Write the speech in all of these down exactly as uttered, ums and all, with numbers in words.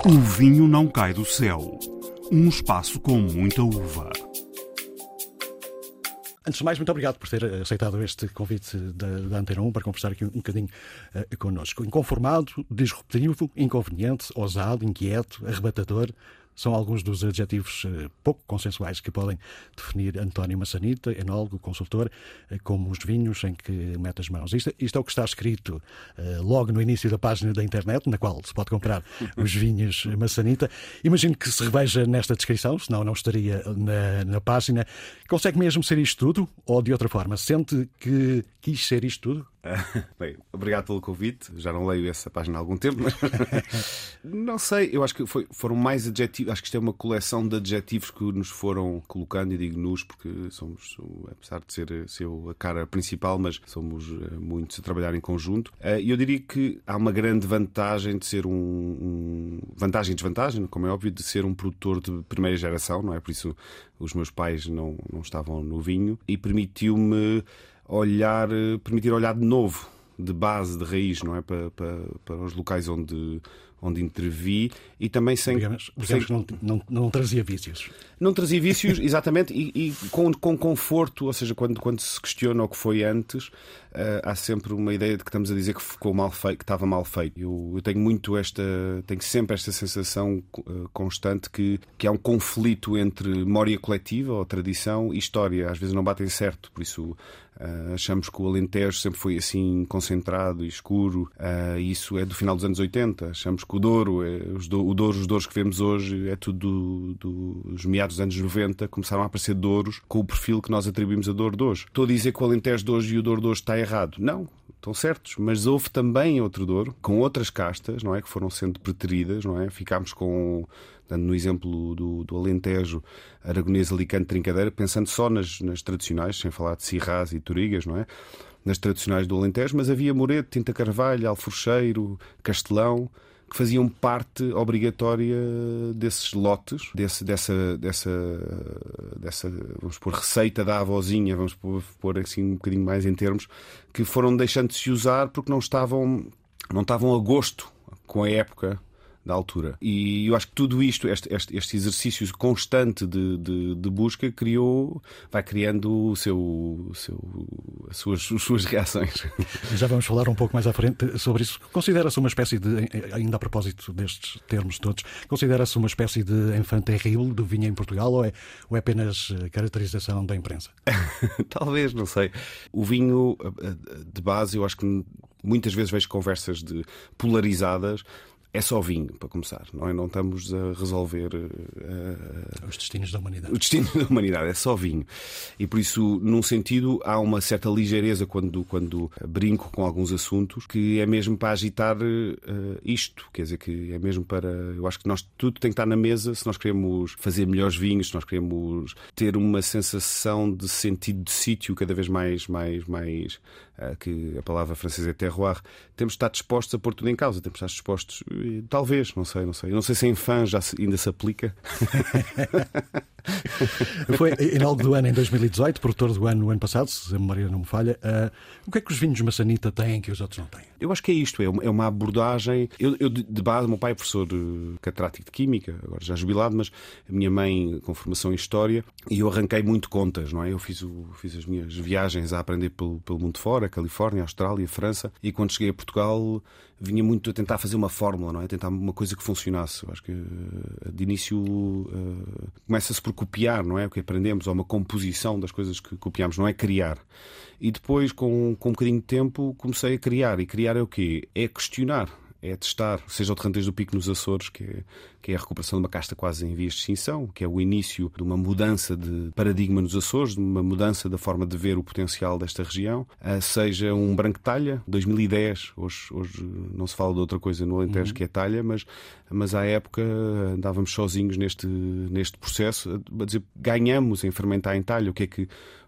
O vinho não cai do céu. Um espaço com muita uva. Antes de mais, muito obrigado por ter aceitado este convite da, da Antena um para conversar aqui um, um bocadinho uh, connosco. Inconformado, disruptivo, inconveniente, ousado, inquieto, arrebatador. São alguns dos adjetivos uh, pouco consensuais que podem definir António Massanita, enólogo, consultor, uh, como os vinhos em que mete as mãos. Isto, isto é o que está escrito uh, logo no início da página da internet, na qual se pode comprar os vinhos Massanita. Imagino que se reveja nesta descrição, senão não estaria na, na página. Consegue mesmo ser isto tudo? Ou de outra forma, sente que quis ser isto tudo? Bem, obrigado pelo convite. Já não leio essa página há algum tempo, mas não sei, eu acho que foi, foram mais adjetivos. Acho que isto é uma coleção de adjetivos que nos foram colocando, e digo nos porque somos, apesar de ser, ser eu a cara principal, mas somos muitos a trabalhar em conjunto. E eu diria que há uma grande vantagem de ser um, um vantagem e desvantagem, como é óbvio, de ser um produtor de primeira geração, não é? Por isso os meus pais não, não estavam no vinho, e permitiu-me olhar, permitir olhar de novo, de base, de raiz, não é? Para, para, para os locais onde, onde intervi, e também sem... Digamos, digamos sem... que não, não, não trazia vícios. Não trazia vícios, exatamente, e, e com, com conforto, ou seja, quando, quando se questiona o que foi antes, uh, há sempre uma ideia de que estamos a dizer que ficou mal feito, que estava mal feito. Eu, eu tenho muito esta, tenho sempre esta sensação uh, constante que, que há um conflito entre memória coletiva, ou tradição, e história. Às vezes não batem certo, por isso uh, achamos que o Alentejo sempre foi assim concentrado e escuro, uh, e isso é do final dos anos oitenta. Achamos que o Douro, é, os, do, o Douro, os Douros que vemos hoje, é tudo do, dos meados dos anos noventa, começaram a aparecer Douros com o perfil que nós atribuímos a Douro de hoje. Estou a dizer que o Alentejo de hoje e o Douro de hoje está errado? Não, estão certos, mas houve também outro Douro, com outras castas, não é, que foram sendo preteridas, não é? Ficámos com, dando no exemplo do, do Alentejo, Aragonês, Alicante, Trincadeira, pensando só nas, nas tradicionais, sem falar de Sirrás e Torigas, não é? Nas tradicionais do Alentejo, mas havia Moreto, Tinta Carvalho, Alforcheiro, Castelão, que faziam parte obrigatória desses lotes, desse, dessa, dessa, dessa, vamos pôr, receita da avózinha, vamos pôr, pôr assim um bocadinho mais em termos, que foram deixando de se usar porque não estavam, não estavam a gosto com a época da altura. E eu acho que tudo isto, este, este, este exercício constante de, de, de busca, criou, vai criando o seu, o seu, as, suas, as suas reações. Já vamos falar um pouco mais à frente sobre isso. Considera-se uma espécie de, ainda a propósito destes termos todos, considera-se uma espécie de enfant terrible do vinho em Portugal, ou é, ou é apenas caracterização da imprensa? Talvez, não sei. O vinho, de base, eu acho que muitas vezes vejo conversas de polarizadas. É só vinho, para começar, não é? Não estamos a resolver uh, os destinos da humanidade. O destino da humanidade, é só vinho. E por isso, num sentido, há uma certa ligeireza quando, quando brinco com alguns assuntos, que é mesmo para agitar uh, isto. Quer dizer, que é mesmo para... Eu acho que nós, tudo tem que estar na mesa se nós queremos fazer melhores vinhos, se nós queremos ter uma sensação de sentido de sítio cada vez mais... mais, mais uh, que a palavra francesa é terroir. Temos de estar dispostos a pôr tudo em causa. Temos de estar dispostos... Talvez, não sei, não sei. Não sei se em fã já se, ainda se aplica. Foi enólogo do ano em dois mil e dezoito, produtor do ano no ano passado, se a memória não me falha. Uh, o que é que os vinhos Massanita têm que os outros não têm? Eu acho que é isto, é uma, é uma abordagem. Eu, eu de base, meu pai é professor catedrático de Química, agora já jubilado, mas a minha mãe com formação em História, e eu arranquei muito contas, não é? Eu fiz, o, fiz as minhas viagens a aprender pelo, pelo mundo fora, Califórnia, Austrália, França, e quando cheguei a Portugal vinha muito a tentar fazer uma fórmula, não é? Tentar uma coisa que funcionasse. Eu acho que de início uh, começa-se por copiar, não é? O que aprendemos, ou uma composição das coisas que copiamos, não é criar. E depois, com, com um bocadinho de tempo, comecei a criar. E criar é o quê? É questionar. É testar, seja o Terrantez do Pico nos Açores, que é, que é a recuperação de uma casta quase em vias de extinção, que é o início de uma mudança de paradigma nos Açores, de uma mudança da forma de ver o potencial desta região, seja um branco talha, dois mil e dez, hoje, hoje não se fala de outra coisa no Alentejo, uhum, que é talha, mas, mas à época andávamos sozinhos neste, neste processo, a dizer, ganhamos em fermentar em talha. O que é que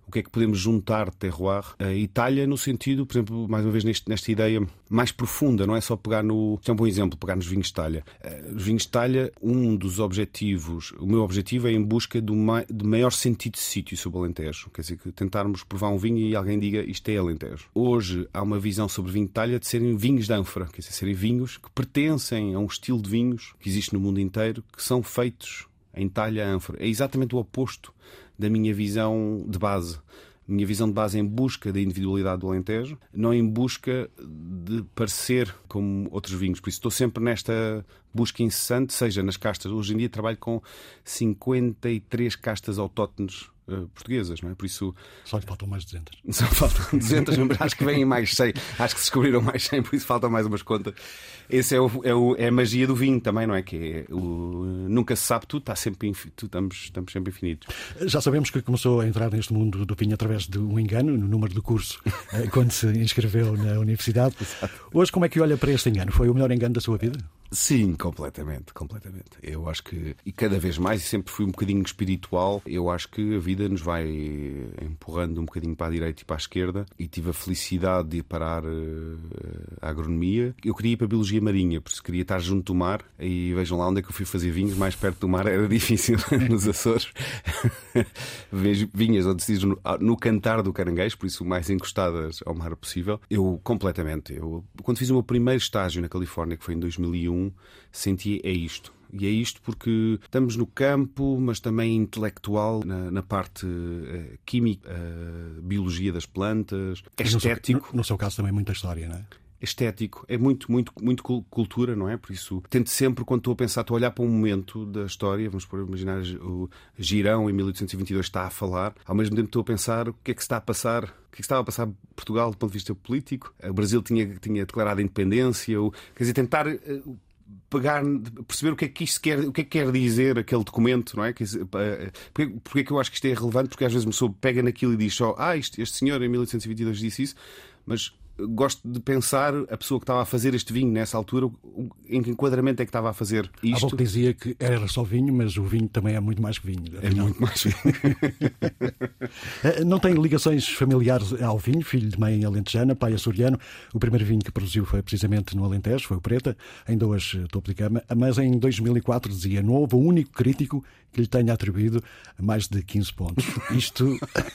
o que é que podemos juntar de terroir. A Itália no sentido, por exemplo, mais uma vez neste, nesta ideia mais profunda, não é só pegar no... Isto é um bom exemplo, pegar nos vinhos de talha. Os vinhos de talha, um dos objetivos, o meu objetivo é em busca do ma... de maior sentido de sítio sobre o Alentejo. Quer dizer, que tentarmos provar um vinho e alguém diga isto é Alentejo. Hoje há uma visão sobre vinho de talha de serem vinhos de ânfora, quer dizer, serem vinhos que pertencem a um estilo de vinhos que existe no mundo inteiro, que são feitos em talha ânfora. É exatamente o oposto da minha visão de base. Minha visão de base é em busca da individualidade do Alentejo, não em busca de parecer como outros vinhos. Por isso estou sempre nesta busca incessante, seja nas castas. Hoje em dia trabalho com cinquenta e três castas autóctones uh, portuguesas, não é? Por isso... Só lhe faltam mais duzentas. Só faltam duzentas, mas acho que vêm mais cem. Acho que se descobriram mais cem, por isso faltam mais umas contas. Esse é, o, é, o, é a magia do vinho também, não é? Que é o, nunca se sabe tudo, está sempre, tudo, estamos, estamos sempre infinitos. Já sabemos que começou a entrar neste mundo do vinho através de um engano no número do curso, quando se inscreveu na universidade. Hoje, como é que olha para este engano? Foi o melhor engano da sua vida? Sim, completamente, completamente. Eu acho que, e cada vez mais, e sempre fui um bocadinho espiritual, eu acho que a vida nos vai empurrando um bocadinho para a direita e para a esquerda, e tive a felicidade de ir parar a agronomia. Eu queria ir para a biologia marinha, porque queria estar junto do mar, e vejam lá onde é que eu fui fazer vinhos, mais perto do mar era difícil, nos Açores. Vejo vinhas onde se diz no, no cantar do caranguejo, por isso mais encostadas ao mar possível. Eu, completamente, eu, quando fiz o meu primeiro estágio na Califórnia, que foi em dois mil e um, senti é isto. E é isto porque estamos no campo, mas também intelectual, na, na parte uh, química, uh, biologia das plantas, estético. No seu, no, no seu caso também muita história, não é? Estético, é muito, muito, muito cultura, não é? Por isso, tento sempre, quando estou a pensar, estou a olhar para um momento da história, vamos por imaginar o Girão em mil oitocentos e vinte e dois está a falar, ao mesmo tempo estou a pensar o que é que se está a passar, o que é que estava a passar em Portugal do ponto de vista político. O Brasil tinha, tinha declarado a independência, ou, quer dizer, tentar pegar, perceber o que é que isto quer, o que é que quer dizer aquele documento, não é? Porque, porque é que eu acho que isto é relevante? Porque às vezes uma pessoa pega naquilo e diz só, ah, isto, este senhor em mil oitocentos e vinte e dois disse isso, mas gosto de pensar a pessoa que estava a fazer este vinho nessa altura, em que enquadramento é que estava a fazer isto. Há pouco dizia que era só vinho, mas o vinho também é muito mais que vinho. É muito mais vinho. Não tem ligações familiares ao vinho, filho de mãe alentejana, pai açoriano. O primeiro vinho que produziu foi precisamente no Alentejo, foi o Preta, ainda hoje topo de gama, mas em dois mil e quatro dizia: não houve o único crítico que lhe tenha atribuído mais de quinze pontos. Isto,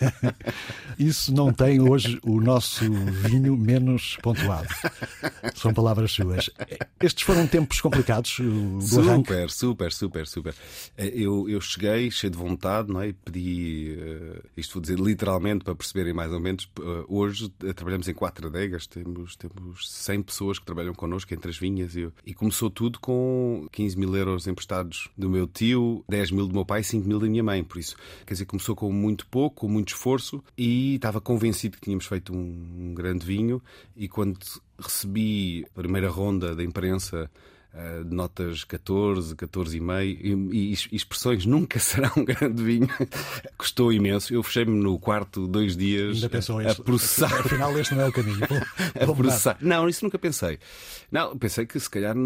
isso não tem hoje o nosso vinho menos pontuado. São palavras suas. Estes foram tempos complicados do super, arranque. Super, super, super. Eu, eu cheguei cheio de vontade, não é? E pedi, uh, isto vou dizer literalmente para perceberem mais ou menos, uh, hoje uh, trabalhamos em quatro adegas, temos, temos cem pessoas que trabalham connosco entre as vinhas, e, eu, e começou tudo com quinze mil euros emprestados do meu tio, dez mil do meu pai e cinco mil da minha mãe. Por isso, quer dizer, começou com muito pouco, com muito esforço, e estava convencido que tínhamos feito um, um grande vinho. E quando recebi a primeira ronda da imprensa de notas catorze, catorze e meio e, e expressões nunca será um grande vinho, custou imenso. Eu fechei-me no quarto dois dias a, a processar. Afinal, este não é o caminho. Vou, a processar. Não, isso nunca pensei. Não, pensei que se calhar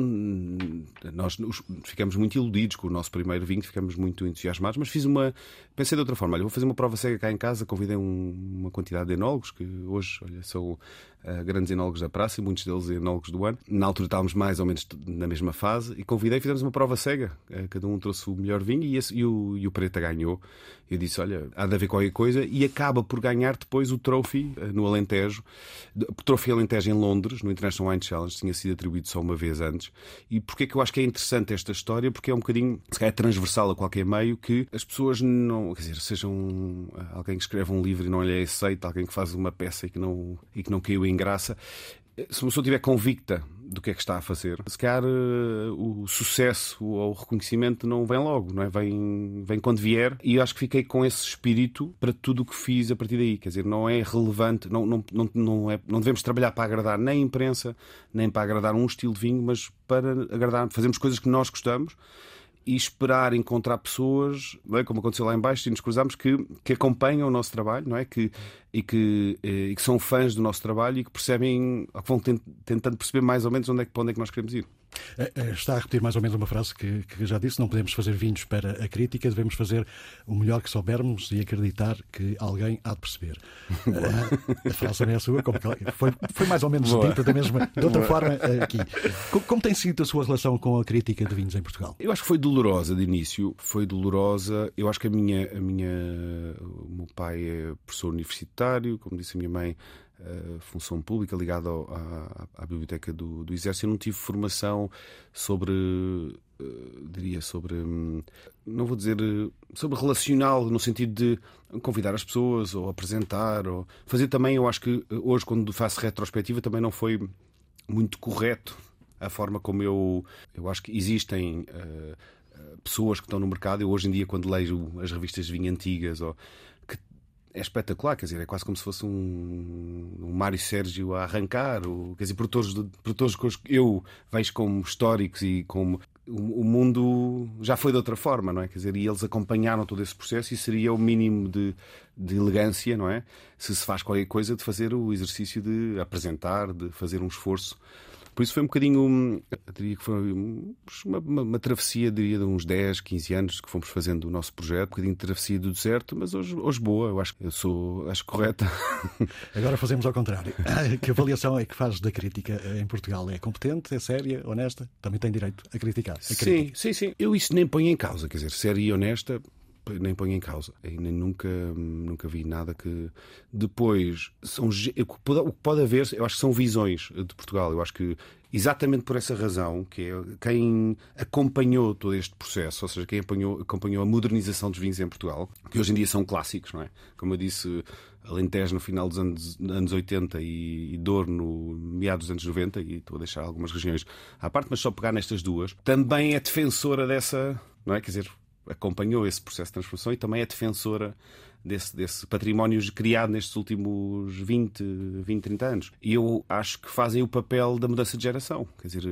nós ficamos muito iludidos com o nosso primeiro vinho, ficamos muito entusiasmados, mas fiz uma. Pensei de outra forma. Olha, vou fazer uma prova cega cá em casa, convidei um, uma quantidade de enólogos que hoje, olha, são uh, grandes enólogos da praça e muitos deles enólogos do ano. Na altura estávamos mais ou menos na mesma fase e convidei, fizemos uma prova cega. Uh, cada um trouxe o melhor vinho e, esse, e, o, e o Preta ganhou. Eu disse, olha, há de haver qualquer coisa, e acaba por ganhar depois o Trophy uh, no Alentejo. O Trophy Alentejo em Londres, no International Wine Challenge, tinha sido atribuído só uma vez antes. E porquê que eu acho que é interessante esta história? Porque é um bocadinho, se calhar, transversal a qualquer meio, que as pessoas não, quer dizer, sejam alguém que escreve um livro e não lhe é aceito, alguém que faz uma peça e que não, e que não caiu em graça. Se uma pessoa estiver convicta do que é que está a fazer, se calhar o sucesso ou o reconhecimento não vem logo, não é? Vem, vem quando vier, e eu acho que fiquei com esse espírito para tudo o que fiz a partir daí. Quer dizer, não é relevante, não, não, não, não, é, não devemos trabalhar para agradar nem a imprensa, nem para agradar um estilo de vinho, mas para agradar, fazemos coisas que nós gostamos. E esperar encontrar pessoas, não é? Como aconteceu lá em baixo, e nos cruzamos, que, que acompanham o nosso trabalho, não é? Que e que, e que são fãs do nosso trabalho e que percebem, que vão tentando perceber mais ou menos onde é que, para onde é que nós queremos ir. Está a repetir mais ou menos uma frase que, que já disse: não podemos fazer vinhos para a crítica, devemos fazer o melhor que soubermos e acreditar que alguém há de perceber. A frase não é a sua, como foi, foi mais ou menos Boa. dita da mesma, de outra Boa. forma aqui. Como, como tem sido a sua relação com a crítica de vinhos em Portugal? Eu acho que foi dolorosa de início, foi dolorosa. Eu acho que a minha, a minha, o meu pai é professor universitário, como disse a minha mãe, Uh, função pública ligada ao, à, à biblioteca do, do Exército. Eu não tive formação sobre, uh, diria, sobre, um, não vou dizer, uh, sobre relacional, no sentido de convidar as pessoas ou apresentar, ou fazer também. Eu acho que hoje, quando faço retrospectiva, também não foi muito correto a forma como eu, eu acho que existem uh, pessoas que estão no mercado. Eu hoje em dia, quando leio as revistas de vinho antigas, ou é espetacular, quer dizer, é quase como se fosse um, um Mário Sérgio a arrancar, ou, quer dizer, produtores, de, produtores que eu vejo como históricos e como o, o mundo já foi de outra forma, não é? Quer dizer, e eles acompanharam todo esse processo e seria o mínimo de, de elegância, não é? Se se faz qualquer coisa, de fazer o exercício de apresentar, de fazer um esforço. Por isso foi um bocadinho, eu diria que foi uma, uma, uma travessia, diria, de uns dez, quinze anos que fomos fazendo o nosso projeto, um bocadinho de travessia do deserto, mas hoje, hoje boa, eu acho que eu sou, acho correta. Agora fazemos ao contrário. Que avaliação é que faz da crítica em Portugal? É competente, é séria, honesta? Também tem direito a criticar. A sim, sim, sim. Eu isso nem ponho em causa, quer dizer, séria e honesta, nem ponho em causa. Eu nem nunca, nunca vi nada que... Depois, são, o que pode haver, eu acho que são visões de Portugal. Eu acho que, exatamente por essa razão, que é quem acompanhou todo este processo, ou seja, quem acompanhou, acompanhou a modernização dos vinhos em Portugal, que hoje em dia são clássicos, não é? Como eu disse, Alentejo no final dos anos, anos oitenta e, e Douro no meados dos anos noventa, e estou a deixar algumas regiões à parte, mas só pegar nestas duas, também é defensora dessa, não é? Quer dizer, acompanhou esse processo de transformação e também é defensora desse, desse património criado nestes últimos vinte, trinta anos. E eu acho que fazem o papel da mudança de geração, quer dizer,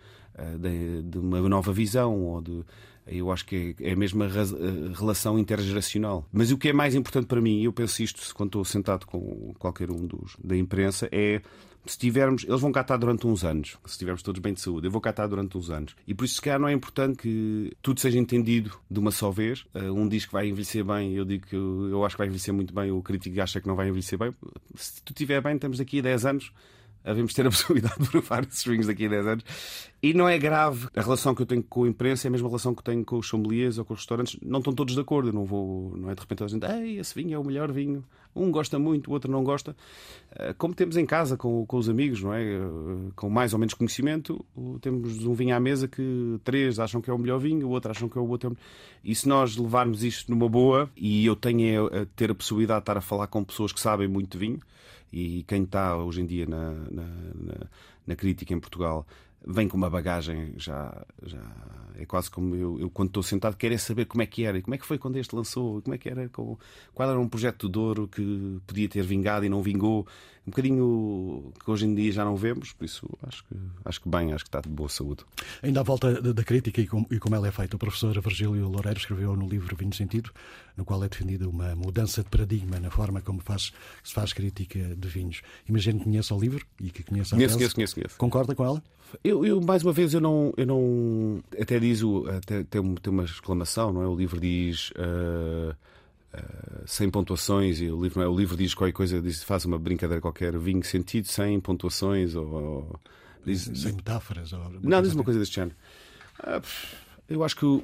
de, de uma nova visão, ou de... Eu acho que é a mesma relação intergeracional. Mas o que é mais importante para mim, e eu penso isto quando estou sentado com qualquer um dos, da imprensa, é se tivermos, eles vão cá estar durante uns anos, se estivermos todos bem de saúde, eu vou cá estar durante uns anos. E por isso, se calhar, não é importante que tudo seja entendido de uma só vez. Um diz que vai envelhecer bem, eu digo que eu, eu acho que vai envelhecer muito bem, o crítico acha que não vai envelhecer bem. Se tu estiver bem, estamos daqui a dez anos, devemos ter a possibilidade de provar esses vinhos daqui a dez anos. E não é grave. A relação que eu tenho com a imprensa é a mesma relação que eu tenho com os sommeliers ou com os restaurantes. Não estão todos de acordo. Eu não vou, não é de repente a gente, ei, esse vinho é o melhor vinho. Um gosta muito, o outro não gosta. Como temos em casa com, com os amigos, não é? Com mais ou menos conhecimento, temos um vinho à mesa que três acham que é o melhor vinho, o outro acham que é o outro. E se nós levarmos isto numa boa, e eu tenho a ter a possibilidade de estar a falar com pessoas que sabem muito de vinho, e quem está hoje em dia na, na, na, na crítica em Portugal vem com uma bagagem já, já é quase como eu, eu quando estou sentado quero é saber como é que era, e como é que foi quando este lançou, como é que era, com, qual era um projeto do Douro que podia ter vingado e não vingou, um bocadinho que hoje em dia já não vemos, por isso acho que, acho que bem, acho que está de boa saúde. Ainda à volta da crítica e como, e como ela é feita, o professor Virgílio Loureiro escreveu no livro Vinho Sentido, no qual é defendida uma mudança de paradigma na forma como faz, se faz crítica de vinhos. Imagino que conheça o livro e que conheça a conheço, conheço, conheço, conheço. Concorda com ela? Eu, eu, mais uma vez, eu não, eu não até diz o, até tem, tem uma exclamação, não é? O livro diz uh, uh, sem pontuações, e o livro, não é? O livro diz qualquer coisa, diz, faz uma brincadeira qualquer, vinho sentido sem pontuações, ou, ou diz, sem metáforas, ou não, diz uma coisa deste género. Uh, Eu acho que o,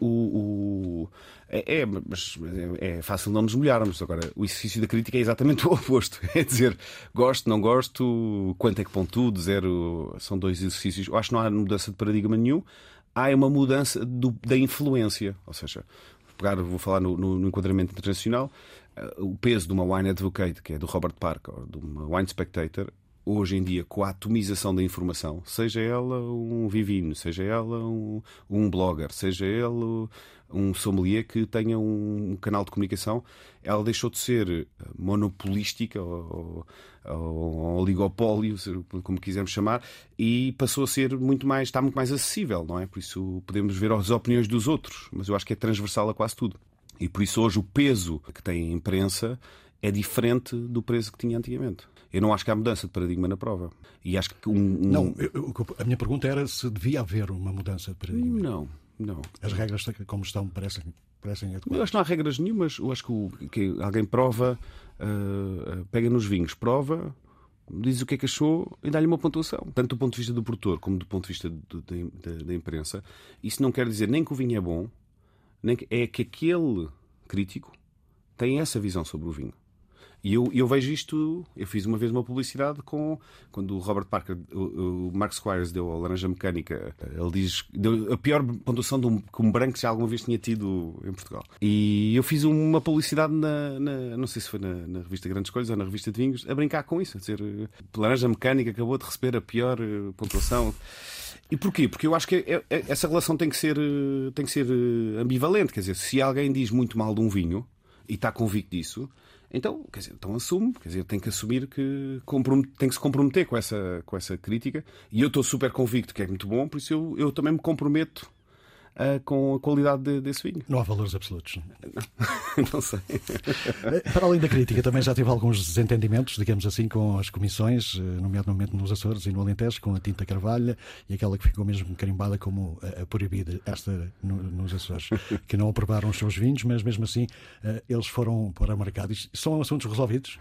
o é, é, mas é fácil não nos molharmos. Agora, o exercício da crítica é exatamente o oposto. É dizer, gosto, não gosto, quanto é que pontuo, de zero. São dois exercícios. Eu acho que não há mudança de paradigma nenhum. Há uma mudança do, da influência. Ou seja, pegar, vou falar no, no, no enquadramento internacional, uh, o peso de uma Wine Advocate, que é do Robert Parker, ou de uma Wine Spectator, hoje em dia, com a atomização da informação, seja ela um vivino, seja ela um, um blogger, seja ele um sommelier que tenha um canal de comunicação, ela deixou de ser monopolística ou, ou, ou oligopólio, como quisermos chamar, e passou a ser muito mais, está muito mais acessível, não é? Por isso podemos ver as opiniões dos outros, mas eu acho que é transversal a quase tudo. E por isso hoje o peso que tem a imprensa é diferente do preço que tinha antigamente. Eu não acho que há mudança de paradigma na prova. E acho que um, um... Não, eu, eu, a minha pergunta era se devia haver uma mudança de paradigma. Não, não. As regras como estão parecem, parecem adequadas. Eu acho que não há regras nenhumas. Eu acho que, o, que alguém prova, uh, pega nos vinhos, prova, diz o que é que achou e dá-lhe uma pontuação. Tanto do ponto de vista do produtor como do ponto de vista do, da, da imprensa. Isso não quer dizer nem que o vinho é bom, nem que, é que aquele crítico tem essa visão sobre o vinho. E eu, eu vejo isto, eu fiz uma vez uma publicidade com, quando o Robert Parker, o, o Mark Squires deu a Laranja Mecânica, ele diz, deu a pior pontuação de um, que um branco já alguma vez tinha tido em Portugal. E eu fiz uma publicidade na, na não sei se foi na, na revista Grandes Coisas ou na revista de Vinhos, a brincar com isso, a dizer, Laranja Mecânica acabou de receber a pior pontuação. E porquê? Porque eu acho que é, é, essa relação tem que ser, tem que ser ambivalente, quer dizer, se alguém diz muito mal de um vinho e está convicto disso, então, quer dizer, então assume, quer dizer, tem que assumir que tem que se comprometer com essa, com essa crítica. E eu estou super convicto que é muito bom, por isso eu, eu também me comprometo uh, com a qualidade de, desse vinho. Não há valores absolutos. Não, não sei. Para além da crítica, também já tive alguns desentendimentos, digamos assim, com as comissões, nomeadamente nos Açores e no Alentejo, com a tinta carvalha e aquela que ficou mesmo carimbada como a proibida, esta no, nos Açores, que não aprovaram os seus vinhos, mas mesmo assim eles foram para mercado. São assuntos resolvidos?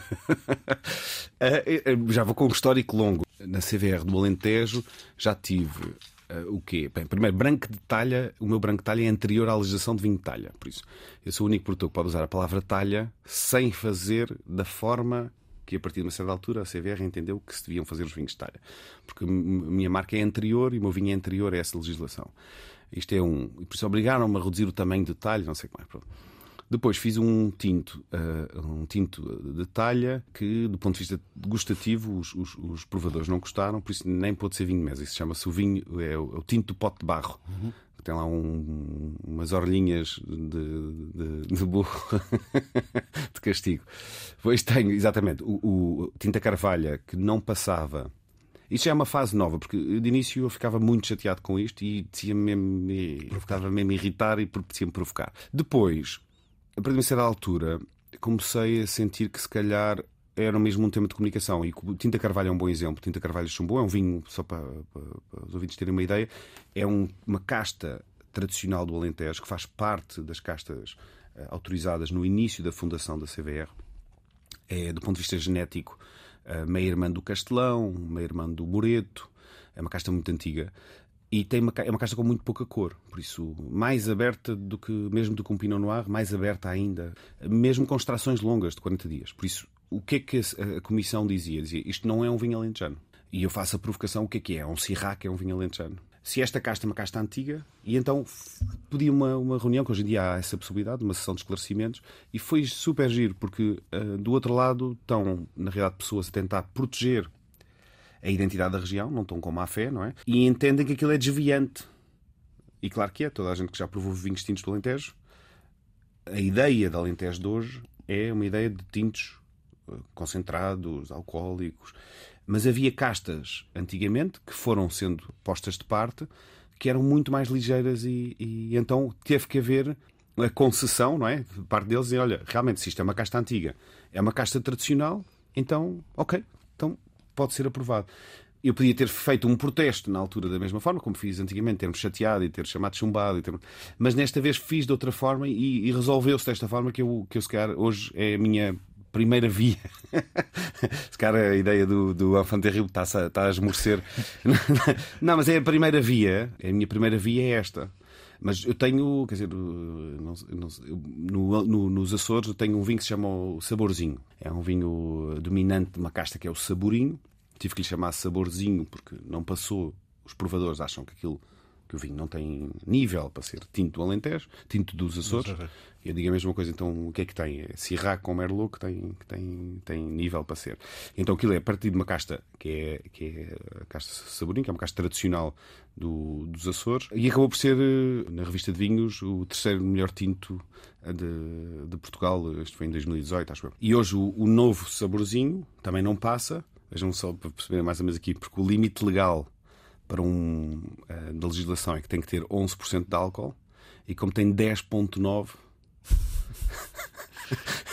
Já vou com um histórico longo. Na C V R do Alentejo já tive... Uh, o quê? Bem, primeiro, branco de talha. O meu branco de talha é anterior à legislação de vinho de talha. Por isso, eu sou o único produtor que pode usar a palavra talha sem fazer da forma que, a partir de uma certa altura, a C V R entendeu que se deviam fazer os vinhos de talha. Porque a minha marca é anterior e o meu vinho é anterior a essa legislação. Isto é um... E por isso obrigaram-me a reduzir o tamanho de talha, não sei como é. Pronto. Depois fiz um tinto, uh, um tinto de talha que, do ponto de vista gustativo, os, os, os provadores não gostaram, por isso nem pôde ser vinho de mesa. Isso chama-se o vinho, é o, é o tinto do pote de barro. Uhum. Tem lá um, umas orelhinhas de, de, de burro de castigo. Depois tenho, exatamente, o, o tinta carvalha que não passava. Isto já é uma fase nova, porque de início eu ficava muito chateado com isto e dizia-me mesmo, estava mesmo a irritar e parecia-me provocar. Depois, a partir de uma certa altura, comecei a sentir que se calhar era mesmo um tema de comunicação. E o Tinta Carvalho é um bom exemplo. Tinta Carvalho Chumbo é um vinho, só para, para, para os ouvintes terem uma ideia, é um, uma casta tradicional do Alentejo que faz parte das castas uh, autorizadas no início da fundação da C V R. É, do ponto de vista genético, uh, meia-irmã do Castelão, meia-irmã do Moreto. É uma casta muito antiga. E tem uma, é uma casta com muito pouca cor, por isso mais aberta do que mesmo do que um Pinot Noir, mais aberta ainda, mesmo com extrações longas de quarenta dias. Por isso, o que é que a, a comissão dizia? Dizia, isto não é um vinho alentejano. E eu faço a provocação, o que é que é? É um Syrah, é um vinho alentejano. Se esta casta é uma casta antiga, e então pedi uma, uma reunião, que hoje em dia há essa possibilidade, uma sessão de esclarecimentos, e foi super giro, porque uh, do outro lado estão, na realidade, pessoas a tentar proteger a identidade da região, não estão com má fé, não é? E entendem que aquilo é desviante. E claro que é, toda a gente que já provou vinhos tintos do Alentejo, a ideia do Alentejo de hoje é uma ideia de tintos concentrados, alcoólicos. Mas havia castas, antigamente, que foram sendo postas de parte, que eram muito mais ligeiras e, e então teve que haver a concessão, não é? De parte deles, e olha, realmente, se isto é uma casta antiga, é uma casta tradicional, então, ok, então pode ser aprovado. Eu podia ter feito um protesto na altura da mesma forma, como fiz antigamente, ter-me chateado e ter chamado chumbado, e ter... mas nesta vez fiz de outra forma e, e resolveu-se desta forma que eu, que eu, se calhar, hoje é a minha primeira via. Se calhar a ideia do, do Enfant Terrible está a, está a esmorecer. Não, mas é a primeira via, a minha primeira via é esta. Mas eu tenho, quer dizer, não, não, no, no, nos Açores eu tenho um vinho que se chama o Saborzinho. É um vinho dominante de uma casta que é o Saborinho. Tive que lhe chamar Saborzinho porque não passou. Os provadores acham que aquilo, que o vinho não tem nível para ser tinto do Alentejo, tinto dos Açores. Eu digo a mesma coisa, então o que é que tem? É Syrah com Merlot que tem, que tem, tem nível para ser. Então aquilo é a partir de uma casta que é, que é a casta Saborinho, que é uma casta tradicional do, dos Açores, e acabou por ser, na revista de vinhos, o terceiro melhor tinto de, de Portugal. Este foi em dois mil e dezoito, acho eu. E hoje o, o novo Saborzinho também não passa. Vejam só para perceberem mais ou menos aqui, porque o limite legal para um uh, da legislação é que tem que ter onze por cento de álcool, e como tem dez vírgula nove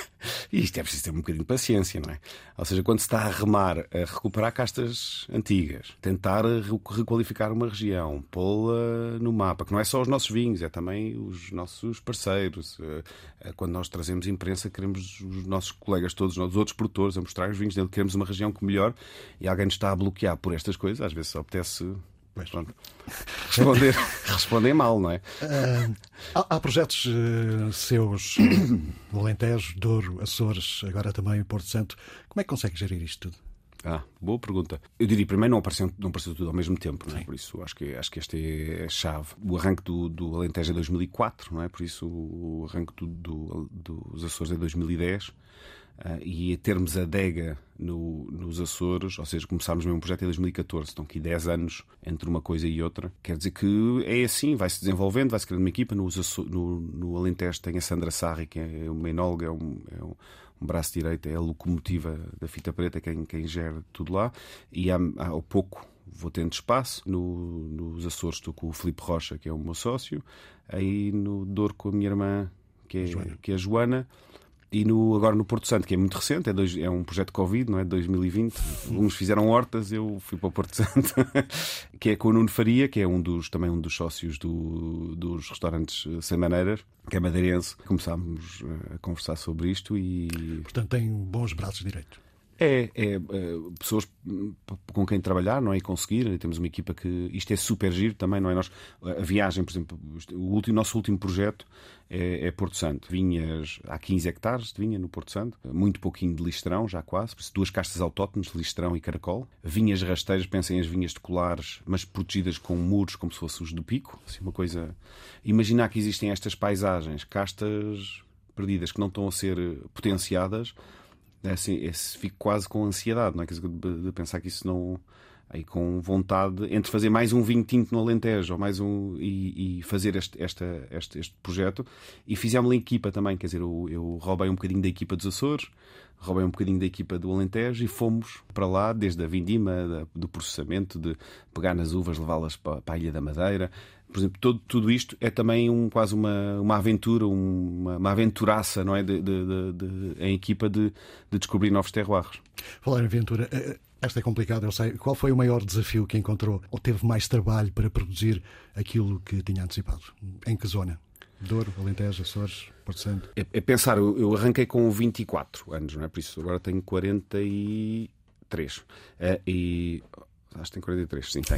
E isto é preciso ter um bocadinho de paciência, não é? Ou seja, quando se está a remar, a recuperar castas antigas, tentar requalificar uma região, pô-la no mapa, que não é só os nossos vinhos, é também os nossos parceiros. Quando nós trazemos imprensa, queremos os nossos colegas todos, os outros produtores, a mostrar os vinhos dele, queremos uma região que melhore, e alguém nos está a bloquear por estas coisas, às vezes só apetece... Pronto. Responder, respondem mal, não é? Uh, há, há projetos uh, seus uh, no Alentejo, Douro, Açores, agora também Porto Santo. Como é que consegue gerir isto tudo? Ah, boa pergunta. Eu diria, primeiro, não apareceu, não apareceu tudo ao mesmo tempo, não é? Por isso acho que, acho que esta é a chave. O arranque do, do Alentejo é dois mil e quatro, não é? Por isso o arranque do, do, dos Açores é dois mil e dez. Uh, e a termos a adega no, nos Açores, ou seja, começámos mesmo um projeto em dois mil e catorze, estão aqui dez anos entre uma coisa e outra. Quer dizer que é assim, vai-se desenvolvendo, vai-se criando uma equipa. No, no, no Alentejo tem a Sandra Sarri, que é uma enóloga, é um, é um, um braço direito, é a locomotiva da fita preta, quem, quem gera tudo lá. E há, há, ao pouco vou tendo espaço. No, nos Açores estou com o Filipe Rocha, que é o meu sócio. Aí no Douro com a minha irmã, que é, que é a Joana. E no, agora no Porto Santo, que é muito recente, é, dois, é um projeto Covid, não é? De dois mil e vinte. Uns fizeram hortas, eu fui para o Porto Santo, que é com o Nuno Faria, que é um dos, também um dos sócios do, dos restaurantes Sem Maneiras, que é madeirense. Começámos a conversar sobre isto e... Portanto, tem bons braços direitos. É, é, é pessoas com quem trabalhar, não é? E conseguir. Temos uma equipa que... Isto é super giro também, não é? Nós, a viagem, por exemplo, o último, nosso último projeto é, é Porto Santo. Vinhas, há quinze hectares de vinha no Porto Santo, muito pouquinho de listrão, já quase, por isso, duas castas autóctones, listrão e caracol. Vinhas rasteiras, pensem as vinhas de colares, mas protegidas com muros, como se fossem os do Pico. Assim, uma coisa... Imaginar que existem estas paisagens, castas perdidas, que não estão a ser potenciadas. É assim, é, fico quase com ansiedade, não é? Quer dizer, de, de pensar que isso não... Aí com vontade, entre fazer mais um vinho tinto no Alentejo ou mais um, e, e fazer este, esta, este, este projeto. E fizemos-lo em equipa também, quer dizer, eu, eu roubei um bocadinho da equipa dos Açores, roubei um bocadinho da equipa do Alentejo e fomos para lá, desde a vindima, da, do processamento, de pegar nas uvas, levá-las para, para a Ilha da Madeira. Por exemplo, todo, tudo isto é também um, quase uma, uma aventura, uma, uma aventuraça, não é? De, de, de, de, em equipa de, de descobrir novos terroirs. Falar em aventura, esta é complicada, eu sei. Qual foi o maior desafio que encontrou ou teve mais trabalho para produzir aquilo que tinha antecipado? Em que zona? Douro, Alentejo, Açores, Porto Santo? É, é pensar, eu, eu arranquei com vinte e quatro anos, não é? Por isso agora tenho quarenta e três. É, e... Acho que tem quarenta e três, sim, tem.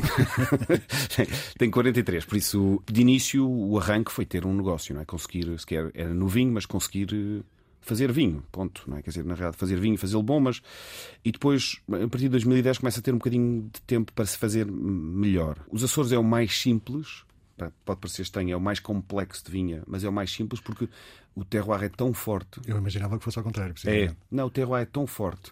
Tem quarenta e três, por isso, de início, o arranque foi ter um negócio, não é? Conseguir, sequer era no vinho, mas conseguir fazer vinho, ponto, não é? Quer dizer, na realidade, fazer vinho, fazê-lo bom, mas. E depois, a partir de dois mil e dez, começa a ter um bocadinho de tempo para se fazer melhor. Os Açores é o mais simples, pode parecer estranho, é o mais complexo de vinha, mas é o mais simples porque o terroir é tão forte. Eu imaginava que fosse ao contrário. É, não, o terroir é tão forte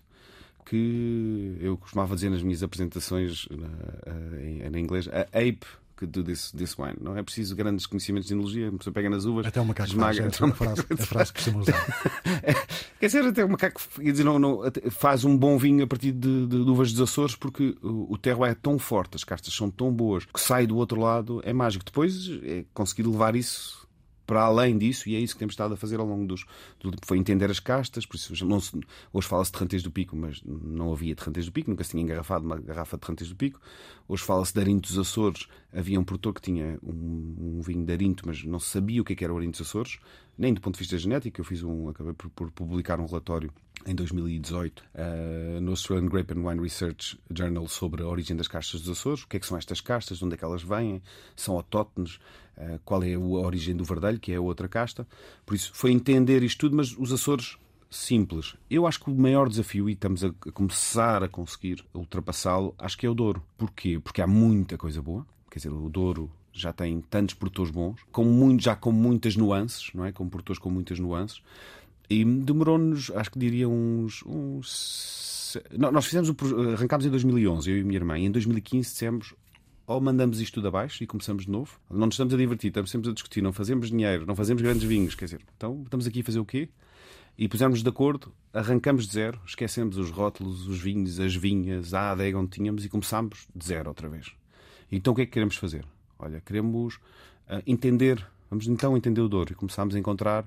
que eu costumava dizer nas minhas apresentações em, em inglês, a ape que do this, this wine. Não é preciso grandes conhecimentos de enologia, a pessoa pega nas uvas, até o macaco esmaga. Faz, é a frase, a frase que costumam usar. Quer dizer, até o macaco quer dizer, não, não, faz um bom vinho a partir de, de, de uvas dos Açores porque o, o terroir é tão forte, as castas são tão boas, que sai do outro lado é mágico. Depois é conseguir levar isso para além disso, e é isso que temos estado a fazer ao longo dos... Do, foi entender as castas, por isso não se, hoje fala-se de Terrantez do Pico, mas não havia Terrantez do Pico, nunca se tinha engarrafado uma garrafa de Terrantez do Pico. Hoje fala-se de Arinto dos Açores, havia um produtor que tinha um, um vinho de Arinto, mas não se sabia o que era o Arinto dos Açores, nem do ponto de vista genético. Eu fiz um, acabei por, por publicar um relatório em dois mil e dezoito uh, no Australian Grape and Wine Research Journal sobre a origem das castas dos Açores, o que é que são estas castas, de onde é que elas vêm, são autóctones, uh, qual é a origem do verdelho, que é a outra casta. Por isso foi entender isto tudo, mas os Açores simples. Eu acho que o maior desafio, e estamos a começar a conseguir ultrapassá-lo, acho que é o Douro. Porquê? Porque há muita coisa boa, quer dizer, o Douro já tem tantos produtores bons, com muito, já com muitas nuances, não é? Com produtores com muitas nuances. E demorou-nos, acho que diria uns... uns... Nós fizemos o... arrancámos em dois mil e onze, eu e a minha irmã, e em dois mil e quinze dissemos ou mandamos isto tudo abaixo e começamos de novo, não nos estamos a divertir, estamos sempre a discutir, não fazemos dinheiro, não fazemos grandes vinhos, quer dizer, então estamos aqui a fazer o quê? E pusemos de acordo, arrancamos de zero, esquecemos os rótulos, os vinhos, as vinhas, a adega onde tínhamos e começámos de zero outra vez. Então o que é que queremos fazer? Olha, queremos uh, entender, vamos então entender o Douro, e começámos a encontrar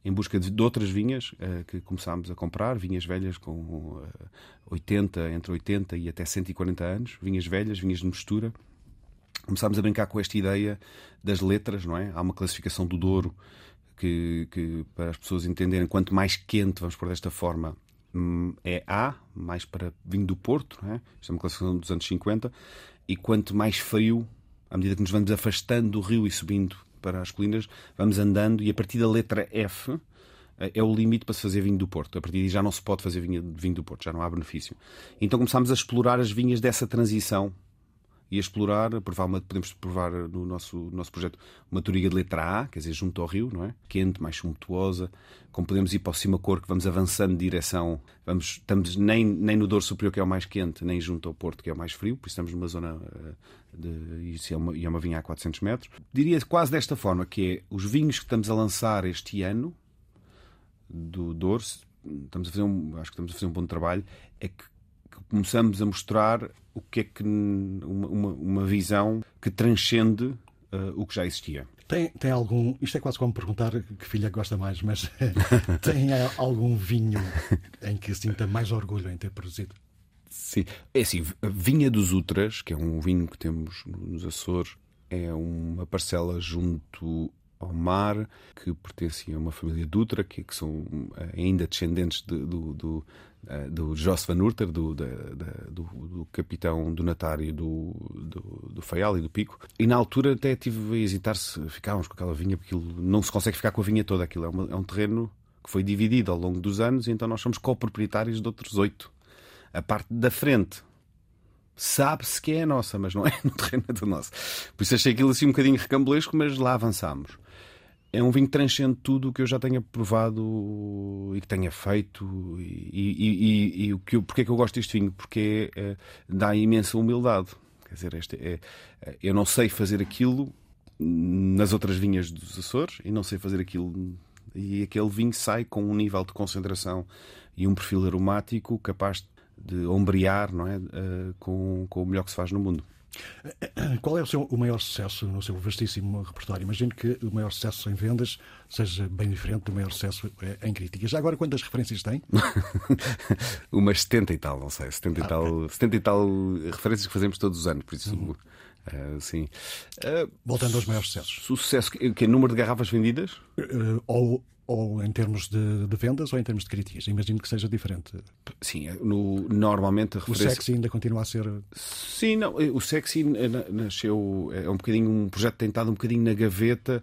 em busca de, de outras vinhas uh, que começámos a comprar, vinhas velhas com uh, oitenta, entre oitenta e até cento e quarenta anos, vinhas velhas, vinhas de mistura. Começámos a brincar com esta ideia das letras, não é? Há uma classificação do Douro que, que para as pessoas entenderem, quanto mais quente, vamos pôr desta forma, é A, mais para vinho do Porto, não é? Isto é uma classificação dos anos cinquenta, e quanto mais frio, à medida que nos vamos afastando do rio e subindo para as colinas, vamos andando, e a partir da letra F é o limite para se fazer vinho do Porto. A partir daí já não se pode fazer vinho, vinho do Porto, já não há benefício. Então começámos a explorar as vinhas dessa transição e a explorar, provar uma, podemos provar no nosso, no nosso projeto uma touriga de letra A, quer dizer, junto ao rio, não é? Quente, mais sumptuosa, como podemos ir para o Cima-Cor, que vamos avançando de direção, vamos, estamos nem, nem no Douro Superior, que é o mais quente, nem junto ao Porto, que é o mais frio, por isso estamos numa zona de, isso é uma, e é uma vinha a quatrocentos metros. Diria quase desta forma, que é os vinhos que estamos a lançar este ano do Douro, estamos a fazer um, acho que estamos a fazer um bom trabalho, é que começamos a mostrar o que é que uma, uma, uma visão que transcende uh, o que já existia. Tem, tem algum, isto é quase como perguntar que filha gosta mais, mas tem algum vinho em que sinta mais orgulho em ter produzido? Sim, é assim, a Vinha dos Outras, que é um vinho que temos nos Açores, é uma parcela junto ao mar, que pertencia a uma família Dutra, que, que são ainda descendentes de, do, do, do Jos van Urter, do, da, da, do, do capitão donatário do, do, do Faial e do Pico. E na altura até tive a hesitar se ficávamos com aquela vinha, porque aquilo, não se consegue ficar com a vinha toda. Aquilo é, uma, é um terreno que foi dividido ao longo dos anos, e então nós somos coproprietários de outros oito. A parte da frente sabe-se que é a nossa, mas não é no terreno do nosso. Por isso achei aquilo assim um bocadinho recambulesco, mas lá avançámos. É um vinho que transcende tudo o que eu já tenha provado e que tenha feito. E, e, e, e o que eu, porque é que eu gosto deste vinho? Porque é, é, dá imensa humildade. Quer dizer, este é, é, eu não sei fazer aquilo nas outras vinhas dos Açores e não sei fazer aquilo. E aquele vinho sai com um nível de concentração e um perfil aromático capaz de ombrear, não é? Uh, com, com o melhor que se faz no mundo. Qual é o, seu, o maior sucesso no seu vastíssimo repertório? Imagino que o maior sucesso em vendas seja bem diferente do maior sucesso em críticas. Já agora, quantas referências tem? Umas setenta e tal, não sei. setenta, ah, e tal, okay. setenta e tal referências que fazemos todos os anos, por isso. Uhum. Uh, sim. Uh, Voltando aos maiores sucessos. Sucesso, que é número de garrafas vendidas? Uh, ou. Ou em termos de, de vendas ou em termos de críticas? Imagino que seja diferente. Sim, no, normalmente a referência... O Sexy ainda continua a ser... Sim, não, o Sexy nasceu... É um bocadinho um projeto tentado um bocadinho na gaveta,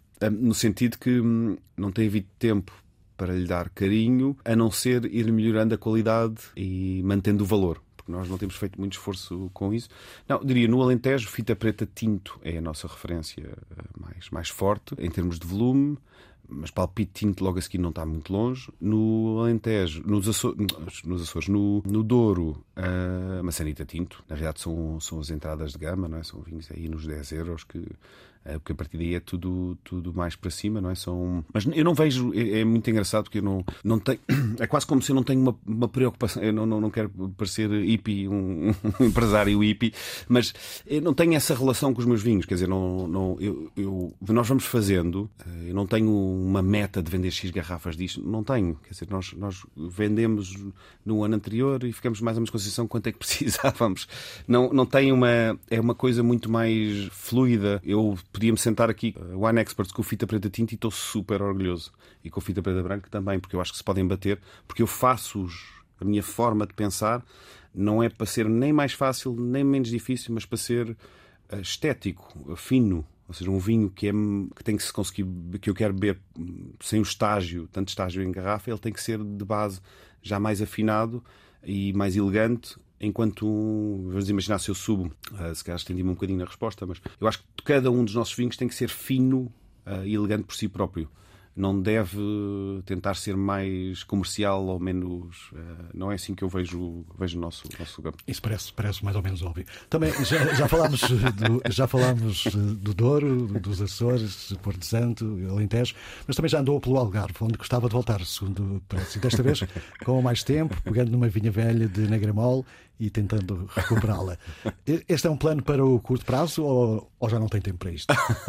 no sentido que não tem havido tempo para lhe dar carinho, a não ser ir melhorando a qualidade e mantendo o valor. Porque nós não temos feito muito esforço com isso. Não, diria, no Alentejo, Fita Preta Tinto é a nossa referência mais, mais forte, em termos de volume. Mas Palpite Tinto logo a seguir não está muito longe. No Alentejo, nos Açores, nos Açores no, no Douro, a Massanita Tinto. Na realidade são, são as entradas de gama, não é? São vinhos aí nos dez euros, que, porque a partir daí é tudo, tudo mais para cima, não é? São... Mas eu não vejo, é, é muito engraçado porque eu não, não tenho, é quase como se eu não tenho uma, uma preocupação, eu não, não, não quero parecer hippie, um, um empresário hippie, mas eu não tenho essa relação com os meus vinhos, quer dizer, não, não, eu, eu, nós vamos fazendo, eu não tenho uma meta de vender X garrafas disto, não tenho, quer dizer, nós, nós vendemos no ano anterior e ficamos mais ou menos com a sensação quanto é que precisávamos, não, não tem uma, é uma coisa muito mais fluida. Eu podia-me sentar aqui, o Wine Experts, com o Fita Preta Tinto, e estou super orgulhoso, e com o Fita Preta Branca também, porque eu acho que se podem bater, porque eu faço-os, a minha forma de pensar não é para ser nem mais fácil nem menos difícil, mas para ser estético, fino. Ou seja, um vinho que, é, que tem que se conseguir, que eu quero beber sem o estágio, tanto estágio em garrafa, ele tem que ser de base já mais afinado e mais elegante. Enquanto, vamos imaginar se eu subo, uh, se calhar estendi-me um bocadinho na resposta, mas eu acho que cada um dos nossos vinhos tem que ser fino uh, e elegante por si próprio. Não deve tentar ser mais comercial ou menos... Uh, não é assim que eu vejo, vejo o nosso, nosso lugar. Isso parece, parece mais ou menos óbvio. Também já, já, falámos, do, já falámos do Douro, dos Açores, do Porto Santo, Alentejo, mas também já andou pelo Algarve, onde gostava de voltar, segundo parece. Desta vez com mais tempo, pegando numa vinha velha de Negramol e tentando recuperá-la. Este é um plano para o curto prazo ou, ou já não tem tempo para isto?